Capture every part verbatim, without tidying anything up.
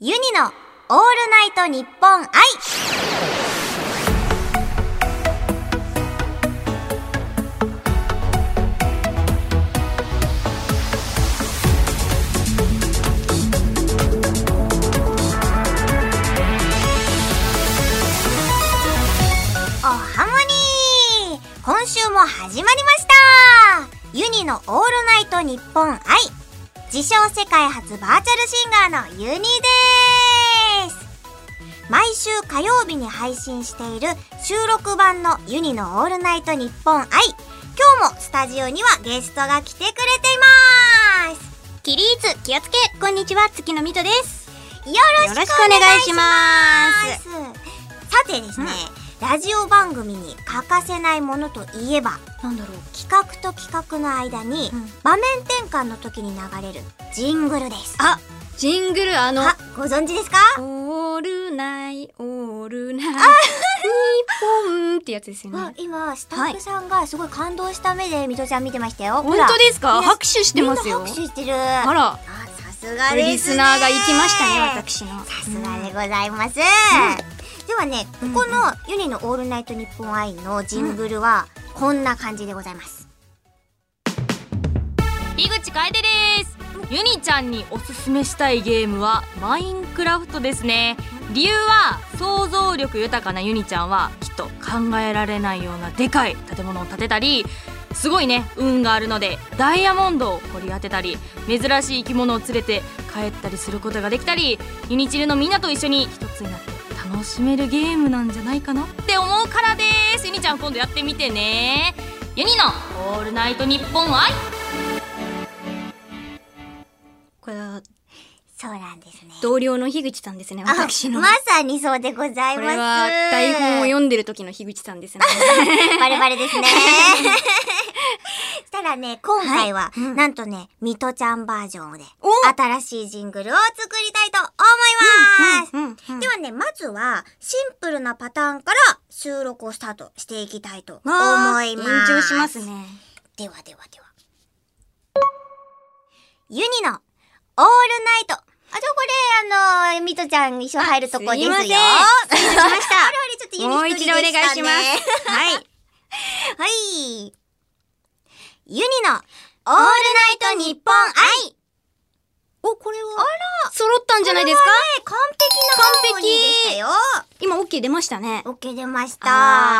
ユニのオールナイトニッポン愛。おハモニー、今週も始まりました。ユニのオールナイトニッポン愛。自称世界初バーチャルシンガーのユニでーす。毎週火曜日に配信している収録版のユニのオールナイトニッポン愛。今日もスタジオにはゲストが来てくれています。 起立気をつけ、こんにちは、月野美斗です。 よろしくお願いします。さてですね、うん、ラジオ番組に欠かせないものといえば、 なんだろう、 企画と企画の間に、うん、場面転換の時に流れるジングルです。 あ、ジングル、あの、 ご存知ですか？ オールナイオールナイニッポンってやつですよね。 今スタッフさんがすごい感動した目でミトちゃん見てましたよ。 本当ですか？拍手してますよ。 みんな拍手してる。 あら、 あ、さすがですね。 リスナーが行きましたね、私の。 さすがでございます。うん、ではね、ここのユニのオールナイトニッポン愛のジングルはこんな感じでございます。 樋口楓です。ユニちゃんにおすすめしたいゲームはマインクラフトですね。理由は、想像力豊かなユニちゃんはきっと考えられないようなでかい建物を建てたり、すごいね、運があるのでダイヤモンドを掘り当てたり、珍しい生き物を連れて帰ったりすることができたり、ユニチルのみんなと一緒に一つになって楽しめるゲームなんじゃないかなって思うからです。ユニちゃん、今度やってみてね。ユニのオールナイトニッポン愛。 これはそうなんですね。 同僚の樋口さんですね、私の。 まさにそうでございます。 これは台本を読んでる時の樋口さんですね。 バレバレですね。したらね、今回は、はい、うん、なんとね、ミトちゃんバージョンで新しいジングルを作りたいと思います。うんうんうんうん、ではね、まずはシンプルなパターンから収録をスタートしていきたいと思います。 緊張しますね。 ではではでは。ユニのオールナイト。あ、じゃあこれ、あのー、ミトちゃん一緒入るとこですよ。 すいません。失礼しました。 あれあれ、ちょっとユニ一人でしたね。 もう一度お願いします。はい。 はい。ユニのオールナイトニッポン愛。 お、これはあら、 揃ったんじゃないですか？ これはね、完璧なハーモニーでしたよ。 今 OK 出ましたね。 OK 出ました。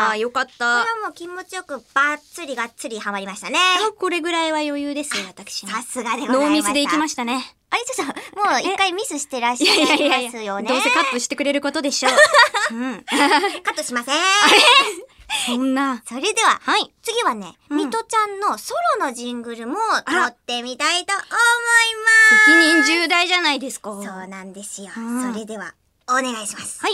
あー、よかった。 これはもう気持ちよくバッツリがっつりハマりましたね。 あ、これぐらいは余裕ですよ、私の。 さすがでございました。 ノーミスでいきましたね。 あれ、ちょっと、もう一回ミスしてらっしゃいますよね。いやいやいやいや、 どうせカットしてくれることでしょう。うん、 カットしません。あれそんな。 それでは、 はい、 次はね、うん、ミトちゃんのソロのジングルも撮ってみたいと思います。 責任重大じゃないですか。 そうなんですよ。うん、それでは、お願いします。 はい。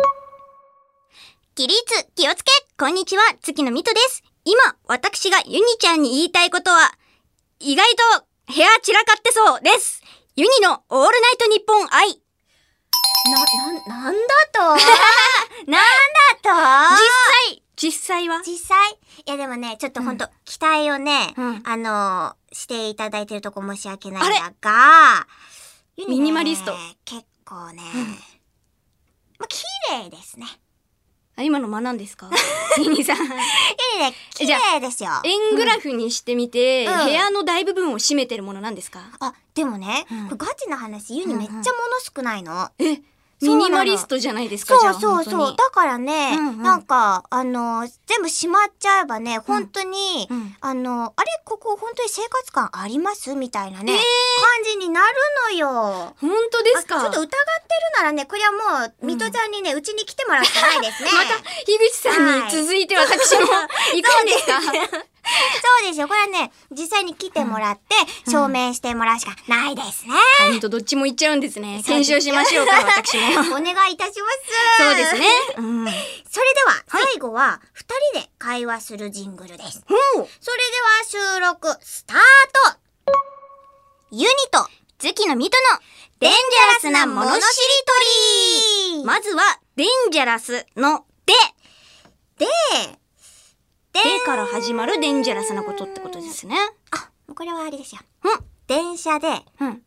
起立、気をつけ、こんにちは、月野美斗です。今、私がユニちゃんに言いたいことは、意外と部屋散らかってそうです。ユニのオールナイトニッポン愛。 な、な、なんだとなんだと実際実際は実際いやでもね、ちょっとほんと、うん、期待をね、うん、あのー、していただいてるとこ申し訳ないんだが、 ユニね、ミニマリスト。 結構ね、うん、まあ、綺麗ですね。 あ、今の間なんですか？ユニさん。ユニね、綺麗ですよ。 円グラフにしてみて、うん、部屋の大部分を占めてるものなんですか？ あ、でもね、うん、これガチな話、ユニめっちゃ物少ないの。 うんうん、えミニマリストじゃないですか？ そうそうそう。だからね、うんうん、なんか、あのー、全部しまっちゃえばね、本当に、うんうん、あのー、あれここ本当に生活感ありますみたいなね、えー、感じになるのよ。 本当ですか？ ちょっと疑ってるならね、これはもう、ミトちゃんにね、うちに来てもらうしかないですね。 また、樋口さんに続いて私も行くんですか？ そうですよ。これはね、実際に来てもらって、うん、証明してもらうしかないですね。 はい、とどっちも行っちゃうんですね。検証しましょうか、私も。 お願いいたします。 そうですね。うん、それでは、最後は、二人で会話するジングルです。 うん、 それでは、収録、スタート。ユニと、 月野美斗の、 デンジャラスな物知りとり。 まずは、デンジャラスの、で。 で、 でから始まるデンジャラスなことってことですね。 あ、これはあれですよ。 うん。 電車で、 うん。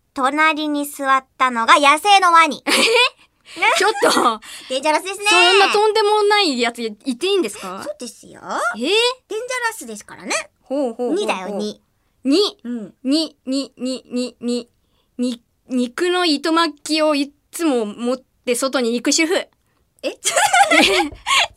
隣に座ったのが野生のワニ。 ちょっと、 デンジャラスですね。 そんなとんでもないやついていいんですか？ そうですよ。 えー、 デンジャラスですからね。 ほうほうほうほう。 にだよ、に。 に、 うん。 に、に、に、に、に、に、肉の糸巻きをいつも持って外に行く主婦。 えちょやばい。それで、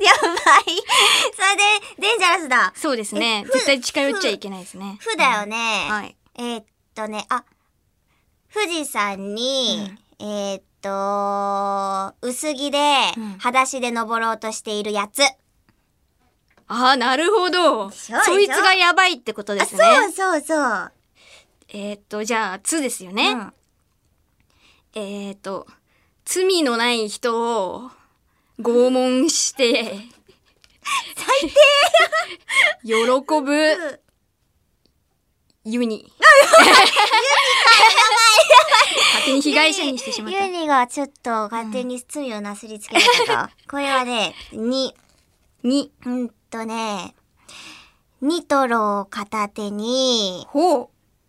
デンジャラスだ。 そうですね。 えふ絶対近寄っちゃいけないですね。 ふだよね。 はい。 えーっとね、あ、富士山に、えーっと、薄着で、 うん裸足で登ろうとしているやつ。 ああ、なるほど。 でしょそいつがやばいってことですね。 あ、そうそうそう。 えーっと、じゃあ、つですよね。 うんえーっと、罪のない人を拷問して、最低喜ぶユニ。勝手に被害者にしてしまった。 ユニがちょっと勝手に罪をなすりつけられた。これはね、に、 に、 うんとね、ニトロを片手にほ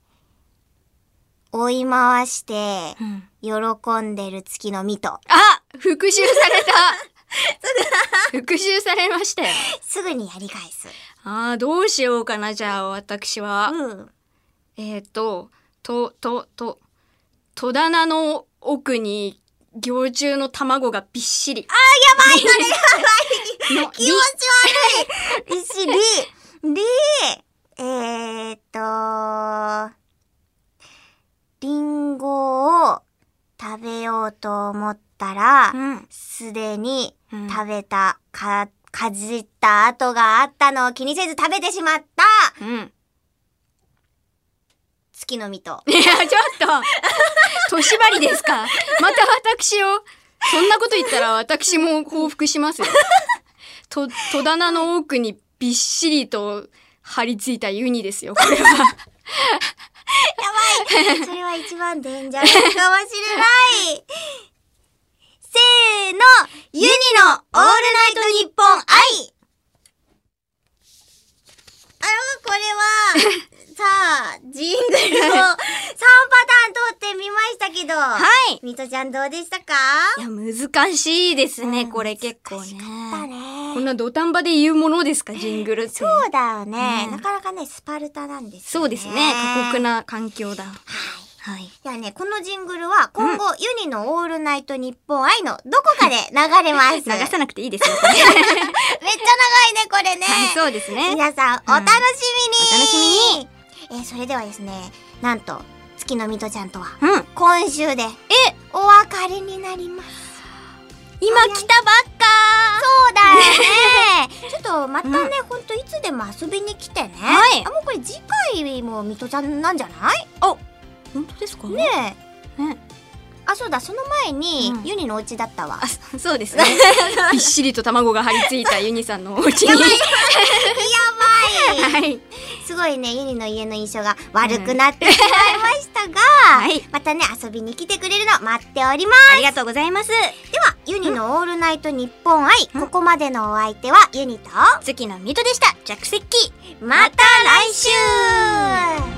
追い回してう。うん喜んでる月のミト。 あ、復讐された。復讐されましたよ。 すぐにやり返す。 ああ、どうしようかな、じゃあ、私は。 うん。 えっ、ー、と、と、と、と、戸棚の奥に、幼虫の卵がびっしり。 あー、やばい、それやばい。 の気持ち悪い。びっしり。り、えーっと、リンゴを食べようと思ったら、 うんすでにうん食べた、か、かじった跡があったのを気にせず食べてしまったうん。 月の実と。 いや、ちょっと、と縛りですか？また私を、そんなこと言ったら私も報復しますよ。と、戸棚の奥にびっしりと張り付いたユニですよ、これは。 やばい。それは一番デンジャラスかもしれない。せーの、ユニのオールナイトニッポン愛。あの、これは、さあ、ジングルをさんパターン撮ってみましたけど、 はい。 ミトちゃんどうでしたか？ いや、難しいですね、 うんこれ結構ね。 だね。 こんな土壇場で言うものですか、ジングルって。 そうだよね、 うんなかなかね、スパルタなんですよね。 そうですね、過酷な環境だ。 はい。 はい。 いやね、このジングルは今後、ユニのオールナイトニッポン愛のどこかで流れます。 流さなくていいですよ、これ。 めっちゃ長いね、これね。 はい、そうですね。 皆さん、お楽しみに、 お楽しみにえーそれではですね、なんと、月のミトちゃんとは、 うん。 今週で、 え、 お別れになります。 今来たばっかそうだよね。ちょっと、またね、 うんほんといつでも遊びに来てね。 はいあ、もうこれ次回もミトちゃんなんじゃない本当ですか？ ねえ。 ね。 あ、そうだ、その前に、 うんユニのお家だったわ。 あ、そそうですね。びっしりと卵が張り付いたユニさんのお家に。 やばいはい。 すごいね、ユニの家の印象が悪くなってしまいましたが、 はいまたね、遊びに来てくれるの待っております。 ありがとうございます。 では、ユニのオールナイトニッポン愛、 うんここまでのお相手はユニと、 月のミトでした。着席。 また来週